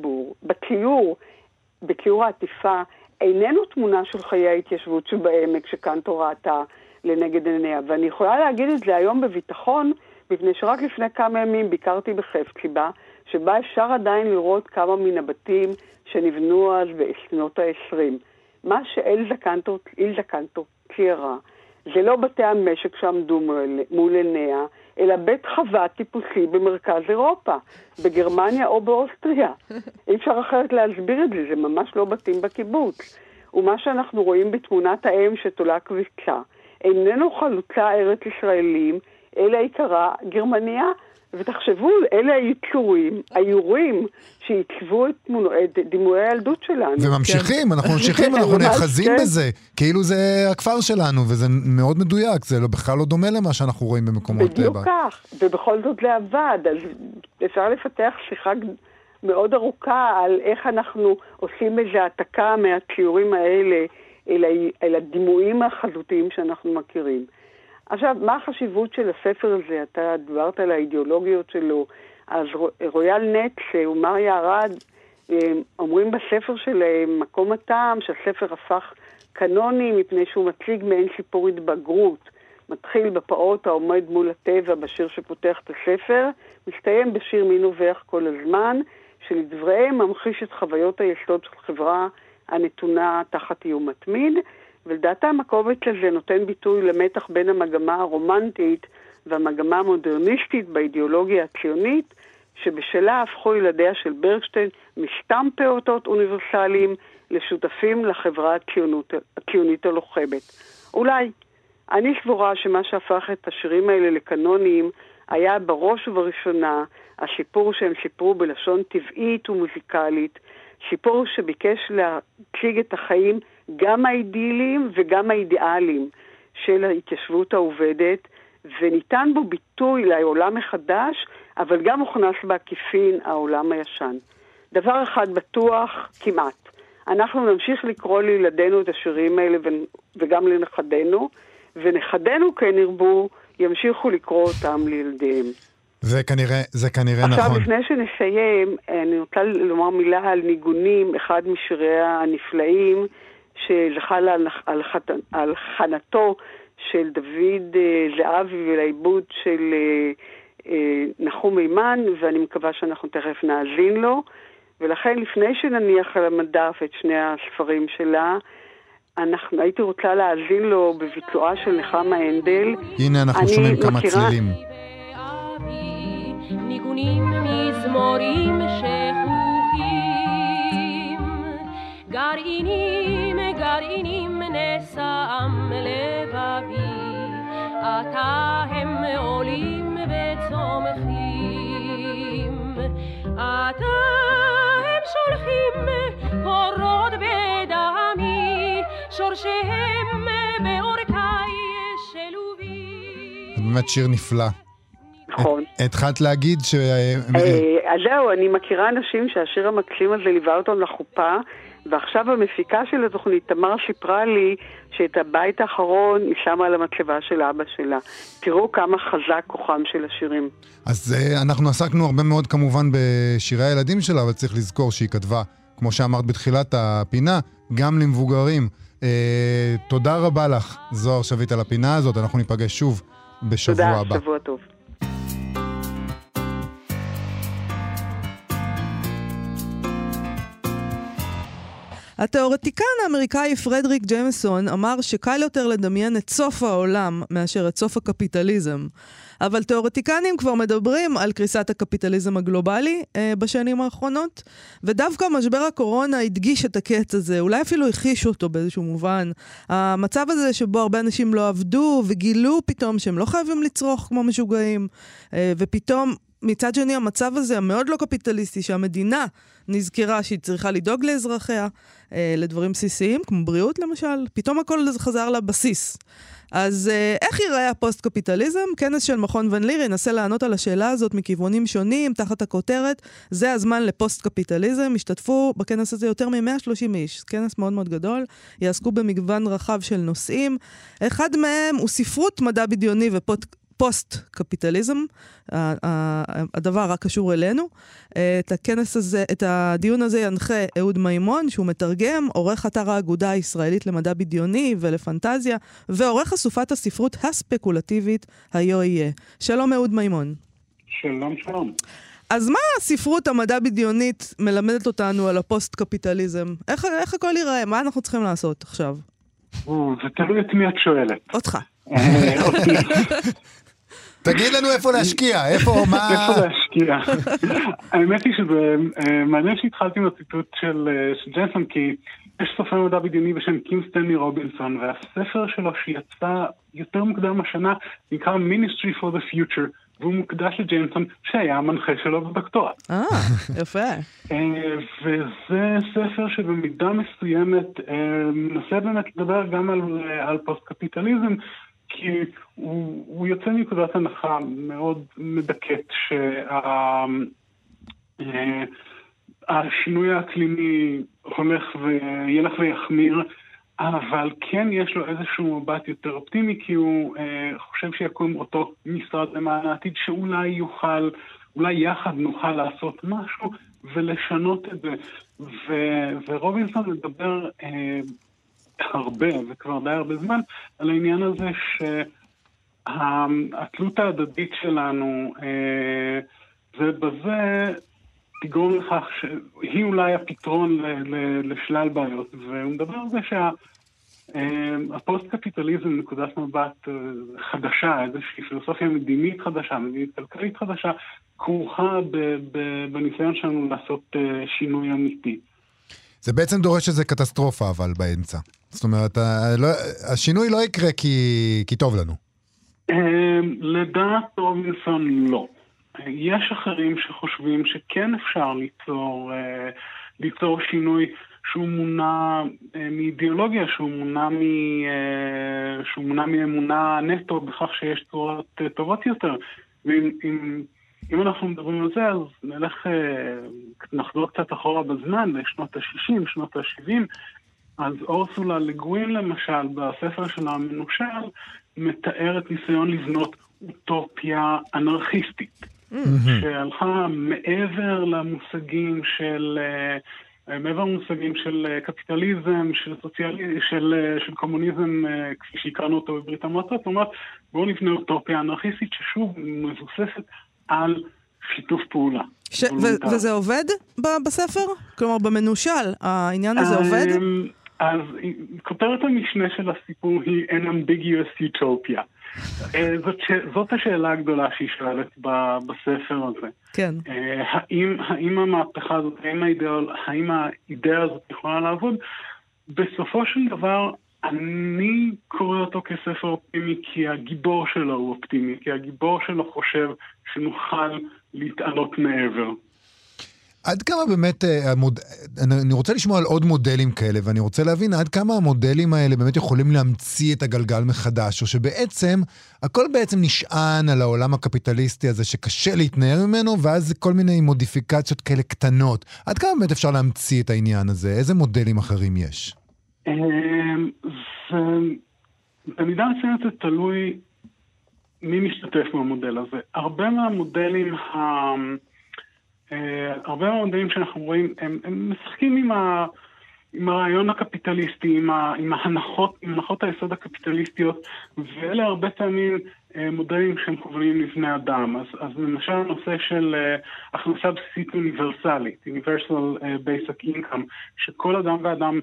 בציור העטיפה, איננו תמונה של חיי ההתיישבות שבעמק שקנטור ראתה לנגד עיניה. ואני יכולה להגיד את זה היום בביטחון, מפני שרק לפני כמה ימים ביקרתי בחפציבה, שבה אפשר עדיין לראות כמה מן הבתים שנבנו אז בשנות ה-20. מה שאילזה קנטור ציירה, זה לא בתי המשק שעמדו מול עיניה, אלא בית חווה טיפוסי במרכז אירופה, בגרמניה או באוסטריה. אי אפשר אחרת להסביר את זה, זה ממש לא בתים בקיבוץ. ומה שאנחנו רואים בתמונת האם שתולה כביסה, איננו חלוצה ארץ ישראלים, אלא עיקרה גרמניה, ותחשבו, אלה האיורים שעיצבו את דימויי הילדות שלנו. וממשיכים, אנחנו ממשיכים, אנחנו נאחזים בזה, כאילו זה הכפר שלנו, וזה מאוד מדויק, זה בכלל לא דומה למה שאנחנו רואים במקומות טבע. בדיוק כך, ובכל זאת זה עבד, אז אפשר לפתח שיחה מאוד ארוכה על איך אנחנו עושים איזו העתקה מהציורים האלה, אל הדימויים החזותיים שאנחנו מכירים. עכשיו, מה החשיבות של הספר הזה? אתה דיברת על האידיאולוגיות שלו. אז רויאל נץ ומריה ארד אומרים בספר שלהם, מקום הטעם, שהספר הפך קנוני מפני שהוא מציג מעין סיפור התבגרות. מתחיל בפעוט העומד מול הטבע בשיר שפותח את הספר, מסתיים בשיר מי נובח כל הזמן, שלדבריהם ממחיש את חוויות היסוד של חברה הנתונה תחת איום מתמיד, ולדעתם הקובץ הזה נותן ביטוי למתח בין המגמה הרומנטית והמגמה המודרניסטית באידיאולוגיה הציונית, שבשלה הפכו ילדיה של ברגשטיין מסתם פעוטות אוניברסליים לשותפים לחברה הציונית הלוחמת. אולי, אני סבורה שמה שהפך את השירים האלה לקנוניים היה בראש ובראשונה הסיפור שהם סיפרו בלשון טבעית ומוזיקלית, סיפור שביקש להציג את החיים גם האידאליים וגם האידיאליים של ההתיישבות העובדת, וניתן בו ביטוי לעולם מחדש, אבל גם הוכנס בעקיפין העולם הישן. דבר אחד בטוח כמעט, אנחנו נמשיך לקרוא לילדינו את השירים האלה וגם לנכדינו, ונכדינו כן ירבו, ימשיכו לקרוא אותם לילדיהם. זה כנראה נכון. עכשיו, לפני שנסיים, אני רוצה לומר מילה על ניגונים, אחד משיריה הנפלאים, שזכה על חנתו של דוד זהבי ולעיבוד של נחום מימן, ואני מקווה שאנחנו תכף נאזין לו. ולכן, לפני שנניח על המדף את שני הספרים שלה, הייתי רוצה להאזין לו בביצועה של נחמה הנדל. הנה אנחנו שומעים כמה צלילים. ניגונים מזמורים שכוחים, גרעינים נשאם לבבי, עתה הם עולים וצומחים, עתה הם שולחים אורות בדמי, שורשיהם באורכי שלובים. זה באמת שיר נפלא. נכון. התחלת להגיד ש... אז זהו, אני מכירה אנשים שהשיר המקסים הזה ליווה אותם לחופה, ועכשיו המפיקה של התוכנית, תמר סיפרה לי שאת הבית האחרון היא שמה על המצבה של אבא שלה. תראו כמה חזק כוחם של השירים. אז אנחנו עסקנו הרבה מאוד כמובן בשירי הילדים שלה, אבל צריך לזכור שהיא כתבה, כמו שאמרת בתחילת הפינה, גם למבוגרים. תודה רבה לך, זוהר שביט, על הפינה הזאת. אנחנו ניפגש שוב בשבוע הבא. תודה, שבוע טוב. התיאורטיקן האמריקאי פרדריק ג'יימסון אמר שקל יותר לדמיין את סוף העולם מאשר את סוף הקפיטליזם. אבל תיאורטיקנים כבר מדברים על קריסת הקפיטליזם הגלובלי בשנים האחרונות, ודווקא משבר הקורונה הדגיש את הקץ הזה, אולי אפילו הכיש אותו באיזשהו מובן. המצב הזה שבו הרבה אנשים לא עבדו וגילו פתאום שהם לא חייבים לצרוך כמו משוגעים, ופתאום מצד שני המצב הזה המאוד לא קפיטליסטי, שהמדינה נזכרה שהיא צריכה לדאוג לאזרחיה, לדברים בסיסיים, כמו בריאות למשל, פתאום הכל חזר לבסיס. אז איך ייראה הפוסט-קפיטליזם? כנס של מכון ון ליר ינסה לענות על השאלה הזאת מכיוונים שונים, תחת הכותרת, זה הזמן לפוסט-קפיטליזם. השתתפו בכנס הזה יותר מ-130 איש, כנס מאוד מאוד גדול, יעסקו במגוון רחב של נושאים. אחד מהם הוא ספרות מדע בדיוני פוסט-קפיטליזם, הדבר רק קשור אלינו. את הדיון הזה ינחה אהוד מימון, שהוא מתרגם, עורך אתר האגודה הישראלית למדע בדיוני ולפנטזיה, ועורך אסופת הספרות הספקולטיבית היו יהיה. שלום אהוד מימון. שלום, שלום. אז מה הספרות המדע בדיונית מלמדת אותנו על הפוסט-קפיטליזם? איך הכל ייראה? מה אנחנו צריכים לעשות עכשיו? זה תלוי את מי את שואלת. אותך. תגיד לנו איפה להשקיע, איפה להשקיע. האמת היא שזה מעניין שהתחלתי עם הציטוט של ג'יימסון, כי יש סופר מדע בדיוני בשם קים סטנלי רובינסון, והספר שלו שיצא יותר מוקדם השנה נקרא Ministry for the Future, והוא מוקדש לג'יימסון שהיה המנחה שלו בדוקטורט. יפה. וזה ספר שבמידה מסוימת מנסה באמת לדבר גם על פוסט-קפיטליזם, כי הוא יוצא מנקודת הנחה מאוד מדכאת שהשינוי האקלימי ילך ויחמיר, אבל כן יש לו איזשהו מבט יותר אופטימי, כי הוא חושב שיקום אותו משרד למען העתיד שאולי אולי יחד נוכל לעשות משהו ולשנות את זה. ורובינסון מדבר הרבה, וכבר די הרבה זמן, על העניין הזה שהתלות ההדדית שלנו ובזה תגרום לכך שהיא אולי הפתרון לשלל בעיות, והוא מדבר על זה שהפוסט-קפיטליזם נקודת מבט חדשה, איזושהי פילוסופיה מדינית חדשה, מדינית כלכלית חדשה, כרוכה בניסיון שלנו לעשות שינוי אמיתי. זה בעצם דורש איזה קטסטרופה אבל באמצע. זאת אומרת, השינוי לא יקרה כי טוב לנו. לדעת רובינסון לא. יש אחרים שחושבים שכן אפשר ליצור שינוי, שהוא מונע מאידיאולוגיה, שהוא מונע מאמונה נטו בכך שיש צורות טובות יותר. אם אנחנו מדברים על זה, אז נחזור קצת אחורה בזמן, לשנות ה-60, שנות ה-70, אז אורסולה לגווין למשל, בספר של המנושל, מתארת ניסיון לבנות אוטופיה אנרכיסטית, שהלכה מעבר למושגים של קפיטליזם, של קומוניזם, כפי שהכרנו אותו בברית המועצות. זאת אומרת, בואו נבנה אוטופיה אנרכיסטית ששוב מבוססת על שיתוף פעולה. וזה עובד בספר? כלומר, במנושל, העניין הזה עובד? אז כותרת המשנה של הסיפור היא An Ambiguous Utopia. זאת השאלה הגדולה שהיא שואלת בספר הזה. כן. האם המהפכה הזאת, האם האידאה הזאת יכולה לעבוד? בסופו של דבר, אני קורא אותו כספר אופטימי כי הגיבור שלו הוא אופטימי, כי הגיבור שלו חושב שנוכל להתעלות מעבר. עד כמה באמת, אני רוצה לשמוע על עוד מודלים כאלה, ואני רוצה להבין עד כמה המודלים האלה באמת יכולים להמציא את הגלגל מחדש, או שבעצם, הכל בעצם נשען על העולם הקפיטליסטי הזה שקשה להתנער ממנו, ואז זה כל מיני מודיפיקציות כאלה קטנות. עד כמה באמת אפשר להמציא את העניין הזה? איזה מודלים אחרים יש? במידה מסוימת זה תלוי מי משתתף במודל הזה. הרבה מהמודלים שאנחנו רואים, הם משחקים עם הרעיון הקפיטליסטי, עם הנחות היסוד הקפיטליסטיות, ואלה הרבה פעמים מודלים שהם כובלים לבני אדם. אז למשל הנושא של הכנסה בסיסית אוניברסלית, Universal Basic Income, שכל אדם ואדם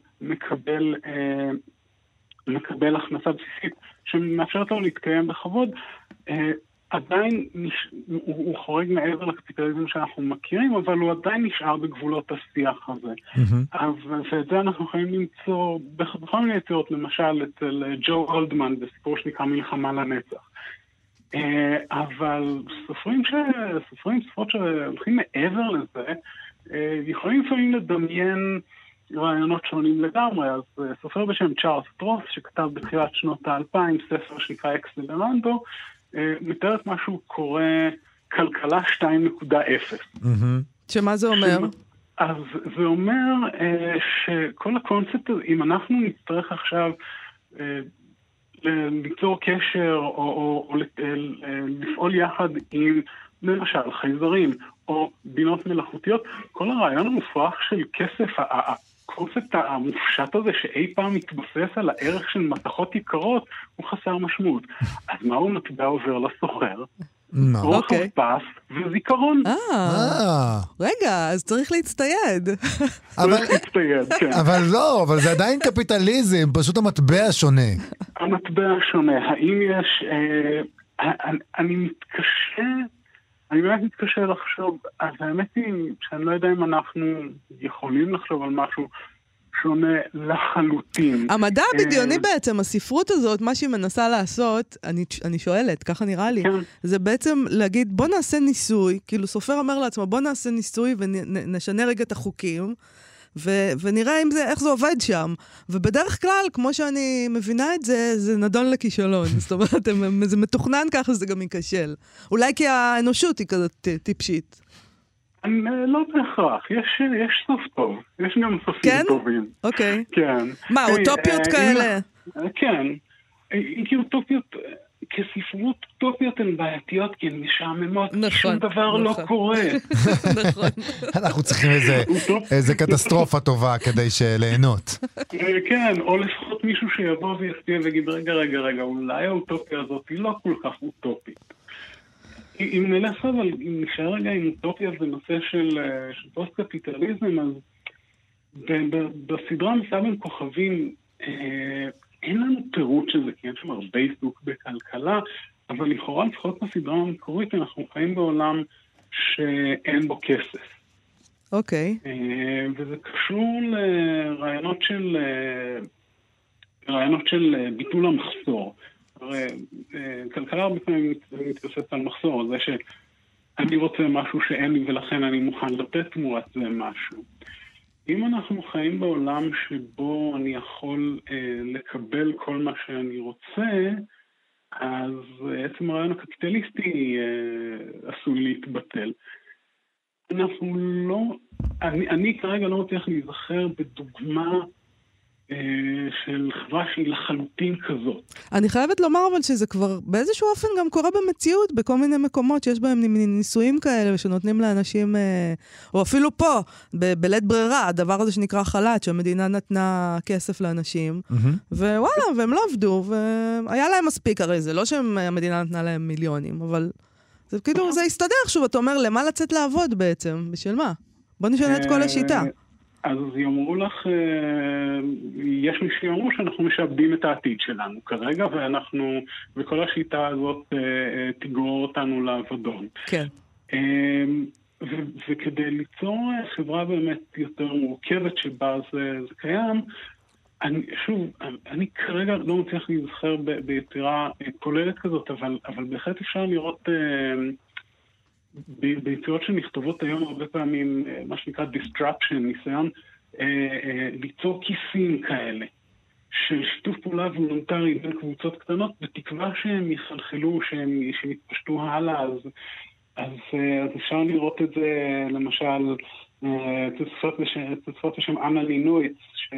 מקבל הכנסה בסיסית שמאפשרת לו להתקיים בכבוד, עדיין הוא חורג מעבר לקפיטליזם שאנחנו מכירים, אבל הוא עדיין נשאר בגבולות השיח הזה. ואת זה אנחנו יכולים למצוא בכל מיני יצירות, למשל אצל ג'ו הולדמן, בסיפור שנקרא מלחמה לנצח. אבל ספרות שהולכים מעבר לזה, יכולים לפעמים לדמיין רעיונות שונים לגמרי. אז סופר בשם צ'ארלס טרוס, שכתב בתחילת שנות ה-2000, ספר שנקרא אקסלרנדו, מתאר את מה שהוא קורא כלכלה 2.0. שמה זה אומר? אז זה אומר שכל הקונספט, אם אנחנו נצטרך עכשיו ליצור קשר או לפעול יחד עם למשל חייזרים או בינות מלאכותיות, כל הרעיון המופרך של כסף, הקונספט המופשט הזה שאי פעם מתבסס על הערך של מתכות יקרות, הוא חסר משמעות. אז מהו מטבע עובר לסוחר? רוח פס וזיכרון. רגע, אז צריך להצטייד. אבל לא, אבל זה עדיין קפיטליזם, פשוט המטבע שונה. המטבע שונה. האם יש... אני באמת מתקשה לחשוב, אז האמת היא שאני לא יודע אם אנחנו יכולים לחשוב על משהו שונה לחלוטין. המדע הבדיוני בעצם, הספרות הזאת, מה שהיא מנסה לעשות, אני שואלת, ככה נראה לי, זה בעצם להגיד, בוא נעשה ניסוי, כאילו סופר אומר לעצמו, בוא נעשה ניסוי ונשנה רגע את החוקים, ונראה איך זה עובד שם. ובדרך כלל, כמו שאני מבינה את זה, זה נדון לכישלון. זאת אומרת, זה מתוכנן ככה שזה גם ייכשל. אולי כי האנושות היא כזאת טיפשית. לא בהכרח. יש סוף טוב. יש גם סופים טובים. אוקיי. כן. מה, אוטופיות כאלה? כן. כי אוטופיות... כספרות אוטופיות הן בעייתיות, כי הן משעממות, שום דבר לא קורה. נכון. אנחנו צריכים איזה קטסטרופה טובה כדי ליהנות. כן, או לפחות מישהו שיבוא ויסתיר ויגיד, רגע, אולי האוטופיה הזאת היא לא כל כך אוטופית. אם נלך אבל, אם נשאר רגע עם אוטופיה בנושא של פוסט-קפיטליזם, אז בסדרה מסע בין כוכבים, אין לנו פירוט של זה, כי אין שם הרבה עיסוק בכלכלה, אבל לכאורה לפחות בסדרה המקורית אנחנו חיים בעולם שאין בו כסף. אוקיי. וזה קשור לרעיונות של ביטול המחסור. הרי כלכלה הרבה פעמים מתבססת על מחסור, זה שאני רוצה משהו שאין לי ולכן אני מוכן לתת תמורת זה משהו. אם אנחנו חיים בעולם שבו אני יכול לקבל כל מה שאני רוצה, אז עצם הרעיון הקפיטליסטי עשוי להתבטל. אנחנו לא, אני כרגע לא מצליח להיזכר בדוגמה של חברה שהיא לחלוטין כזאת. אני חייבת לומר אבל שזה כבר באיזשהו אופן גם קורה במציאות, בכל מיני מקומות שיש בהם ניסויים כאלה, ושנותנים לאנשים, או אפילו פה, בלית ברירה, הדבר הזה שנקרא חל"ת, שהמדינה נתנה כסף לאנשים, ווואלה, והם לא עבדו, והיה להם מספיק, הרי זה לא שהמדינה נתנה להם מיליונים, אבל זה כאילו, זה הסתדר שוב, אתה אומר, למה לצאת לעבוד בעצם? בשביל מה? בוא נשנה את כל השיטה. אז יאמרו לך, יש מי שיאמרו שאנחנו משעבדים את העתיד שלנו כרגע, וכל השיטה הזאת תגרור אותנו לעבודון. כן. וכדי ליצור חברה באמת יותר מורכבת שבה זה קיים, אני כרגע לא מצליח להיזכר ביצירה כוללת כזאת, אבל בהחלט אפשר לראות ביצירות שנכתובות היום הרבה פעמים, מה שנקרא disruption, ניסיון ליצור כיסים כאלה, של שיתוף פעולה וולונטרי בין קבוצות קטנות, בתקווה שהם יחלחלו, שהם יתפשטו הלאה, אז אפשר לראות את זה, למשל, תצפות בשם אנה לינויץ,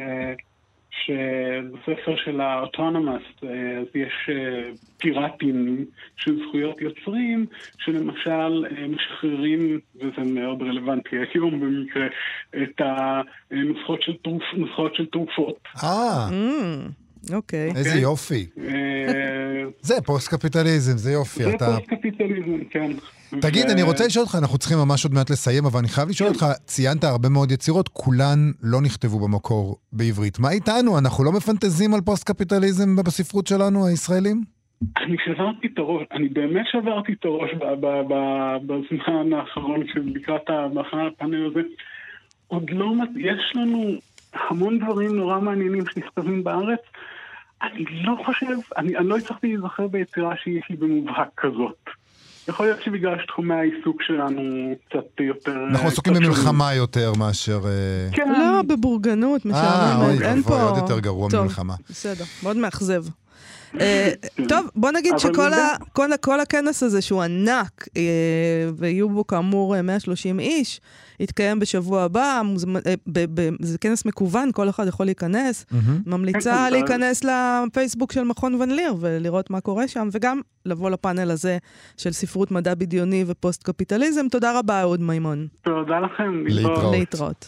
שבספר של האוטונומוס אז יש פיראטים של זכויות יוצרים שלמשל משחררים, וזה מאוד רלוונטי היום במקרה, את הנוסחות של תרופות. אוקיי. איזה יופי. זה פוסט-קפיטליזם, זה יופי. זה פוסט-קפיטליזם, כן. תגיד, אני רוצה לשאול אותך, אנחנו צריכים ממש עוד מעט לסיים, אבל אני חייב לשאול אותך, ציינת הרבה מאוד יצירות, כולן לא נכתבו במקור בעברית. מה איתנו? אנחנו לא מפנטזים על פוסט-קפיטליזם בספרות שלנו, הישראלים? אני שברתי את הראש, אני באמת שברתי את הראש בזמן האחרון לקראת הפאנל הזה. עוד לא, יש לנו המון דברים נורא מעניינים שנכתבים בארץ. אני לא חושב, אני לא הצלחתי להיזכר ביצירה שהיא במובהק כזאת. יכול להיות שבגלל שתחומי העיסוק שלנו קצת יותר... אנחנו עסוקים במלחמה יותר מאשר... כן. לא, בבורגנות, משעממת, אין פה... עוד יותר גרוע ממלחמה. בסדר, מאוד מאכזב. טוב, בוא נגיד שכל הכנס הזה שהוא ענק, ויהיו בו כאמור 130 איש, יתקיים בשבוע הבא, זה כנס מקוון, כל אחד יכול להיכנס, ממליצה להיכנס לפייסבוק של מכון ון ליר, ולראות מה קורה שם, וגם לבוא לפאנל הזה של ספרות מדע בדיוני ופוסט-קפיטליזם. תודה רבה, אהוד מימון. תודה לכם. להתראות.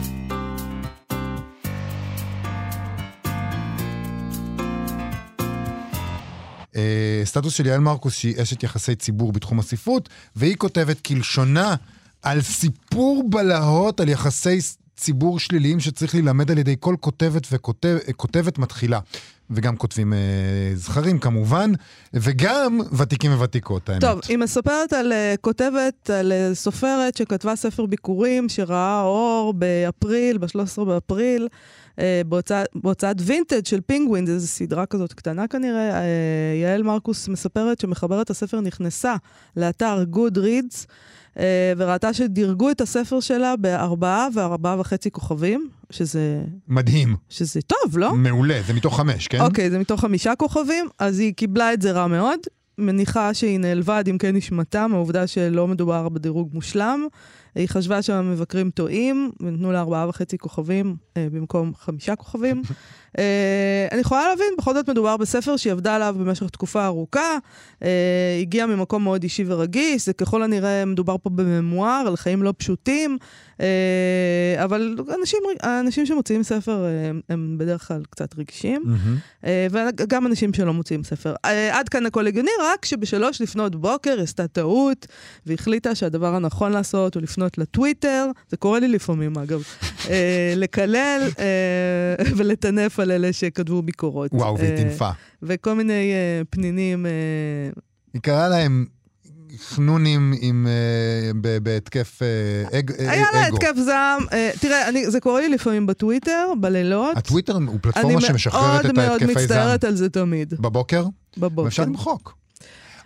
סטטוס של יעל מרקוס שהיא אשת יחסי ציבור בתחום הספרות, והיא כותבת כלשונה על סיפור בלהות על יחסי ציבור שליליים שצריך ללמד על ידי כל כותבת וכותבת מתחילה. וגם כותבים זכרים כמובן, וגם ותיקים וותיקות, האמת. טוב, היא מספרת על כותבת, על סופרת שכתבה ספר ביקורים שראה אור באפריל, ב-13 באפריל, בהוצאת וינטג' של פינגווין, זו סדרה כזאת קטנה כנראה. יעל מרקוס מספרת שמחברת הספר נכנסה לאתר Goodreads, וראתה שדירגו את הספר שלה ב4 ו4.5 כוכבים, שזה... מדהים. שזה טוב, לא? מעולה, זה מתוך 5, כן? אוקיי, זה מתוך 5 כוכבים, אז היא קיבלה את זה רע מאוד, מניחה שהיא נעלבה עד עמקי נשמתה, מהעובדה שלא מדובר בדירוג מושלם, היא חשבה שהמבקרים טועים, ונתנו לה 4.5 כוכבים במקום 5 כוכבים. אני יכולה להבין, בכל זאת מדובר בספר שהיא עבדה עליו במשך תקופה ארוכה, הגיע ממקום מאוד אישי ורגיש, זה ככל הנראה מדובר פה בממואר, על חיים לא פשוטים, אבל אנשים שמוצאים ספר הם בדרך כלל קצת רגשים, וגם אנשים שלא מוצאים ספר. עד כאן הכל הגיוני, רק שב3 לפנות בוקר עשתה טעות, והחליטה שהדבר הנכון לעשות הוא לפנות לטוויטר, זה קורה לי לפעמים אגב, לקלל ולטנף על אלה שכתבו ביקורות. וואו, והיא תנפה. וכל מיני פנינים. היא קראה להם חנונים בהתקף אגו. היה לה התקף זעם. תראה, זה קורה לי לפעמים בטוויטר, בלילות. הטוויטר הוא פלטפורמה שמשחררת את ההתקפי זעם. אני מאוד מצטערת על זה תמיד. בבוקר? בבוקר. ואפשר למחוק.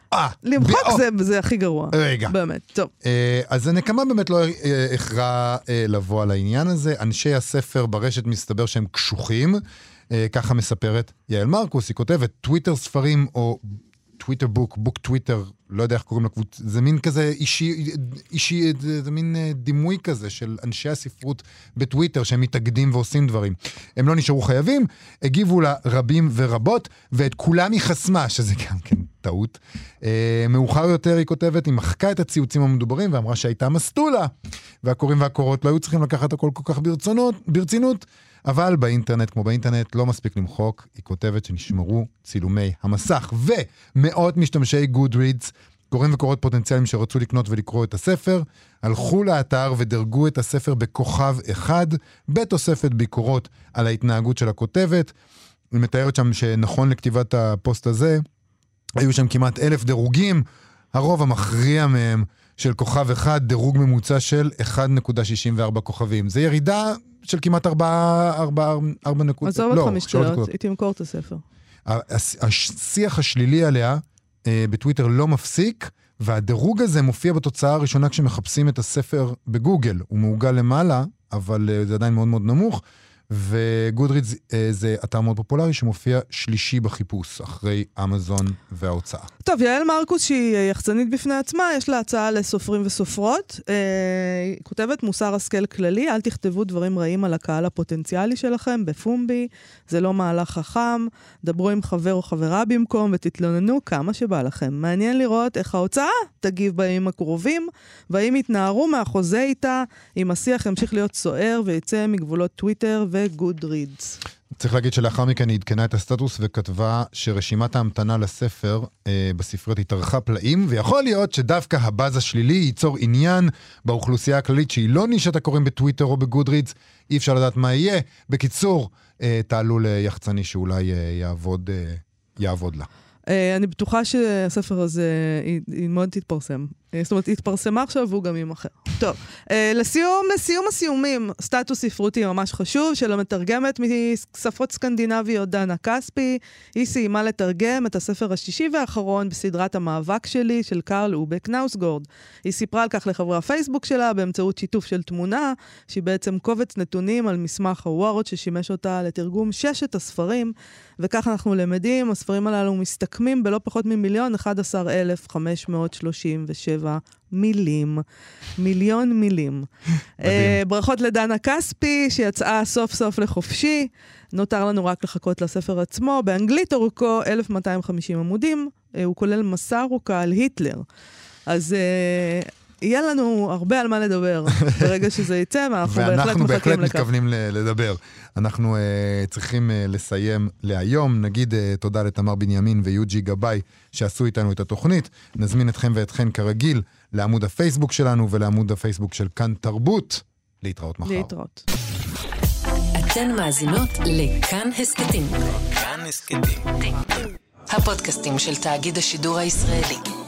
למחוק זה הכי גרוע. רגע. באמת, טוב. אז הנקמה באמת לא הכרעה לבוא על העניין הזה. אנשי הספר ברשת מסתבר שהם קשוחים. ככה מספרת יעל מרקוס, היא כותבת, טוויטר ספרים או טוויטר בוק טוויטר, לא יודע איך קוראים לקבוצה, זה מין כזה אישי, זה מין דימוי כזה של אנשי הספרות בטוויטר שהם מתאגדים ועושים דברים. הם לא נשארו חייבים, הגיבו לה רבים ורבות, ואת כולם היא חסמה, שזה גם כן טעות. מאוחר יותר היא כותבת, היא מחקה את הציוצים המדוברים ואמרה שהייתה מסטולה, והקוראים והקורות לא היו צריכים לקחת הכל כל כך ברצינות, אבל באינטרנט, כמו באינטרנט, לא מספיק למחוק. היא כותבת שנשמרו צילומי המסך. ומאות משתמשי Goodreads, קוראים וקורות פוטנציאליים שרצו לקנות ולקרוא את הספר, הלכו לאתר ודרגו את הספר בכוכב אחד, בתוספת ביקורות על ההתנהגות של הכותבת. היא מתארת שם שנכון לכתיבת הפוסט הזה, היו שם כמעט 1,000 דירוגים, הרוב המכריע מהם של כוכב אחד, דירוג ממוצע של 1.64 כוכבים. זה ירידה של כמעט 4 נקודות. עזוב אותך משטויות, היא תמכור את הספר. השיח השלילי עליה בטוויטר לא מפסיק, והדירוג הזה מופיע בתוצאה הראשונה כשמחפשים את הספר בגוגל. הוא מעוגל למעלה, אבל זה עדיין מאוד מאוד נמוך, וגודרידס זה אתר מאוד פופולרי שמופיע שלישי בחיפוש, אחרי אמזון וההוצאה. טוב, יעל מרקוס שהיא יחצנית בפני עצמה, יש לה הצעה לסופרים וסופרות, היא כותבת מוסר השכל כללי, אל תכתבו דברים רעים על הקהל הפוטנציאלי שלכם, בפומבי, זה לא מהלך חכם, דברו עם חבר או חברה במקום ותתלוננו כמה שבא לכם. מעניין לראות איך ההוצאה תגיב בימים הקרובים, והאם יתנערו מהחוזה איתה, אם השיח ימשיך להיות סוער ויצא מגבולות טוויטר וגודרידס. צריך להגיד שלאחר מכן היא עדכנה את הסטטוס וכתבה שרשימת ההמתנה לספר בספריות התארכה פלאים, ויכול להיות שדווקא הבאז השלילי ייצור עניין באוכלוסייה הכללית שהיא לא נישת הקוראים בטוויטר או בגודרידס, אי אפשר לדעת מה יהיה. בקיצור, תעלו ליחצני שאולי יעבוד לה. אני בטוחה שהספר הזה היא מאוד תתפרסם. זאת אומרת, התפרסמה עכשיו והוא גם ימחר. טוב, לסיום הסיומים, סטטוס ספרותי ממש חשוב של המתרגמת משפות סקנדינביות דנה כספי. היא סיימה לתרגם את הספר השישי והאחרון בסדרת המאבק שלי של קרל אובק נאוסגורד. היא סיפרה על כך לחברי הפייסבוק שלה באמצעות שיתוף של תמונה, שהיא בעצם קובץ נתונים על מסמך הוורד ששימש אותה לתרגום 6 הספרים, וכך אנחנו למדים, הספרים הללו מסתכמים בלא פחות מ1,11,537 מילים. מיליון מילים. ברכות לדנה כספי, שיצאה סוף סוף לחופשי. נותר לנו רק לחכות לספר עצמו. באנגלית אורכו 1250 עמודים. הוא כולל מסע ארוכה על היטלר. אז יהיה לנו הרבה על מה לדבר ברגע שזה יצא, ואנחנו בהחלט מתכוונים לדבר. אנחנו צריכים לסיים להיום. נגיד תודה לתמר בנימין ויוג'י גבאי שעשו איתנו את התוכנית. נזמין אתכם ואתכן כרגיל לעמוד הפייסבוק שלנו ולעמוד הפייסבוק של כאן תרבות. להתראות מחר. להתראות. אתן מאזינות לכאן הסקטים. כאן הסקטים. הפודקאסטים של תאגיד השידור הישראלי.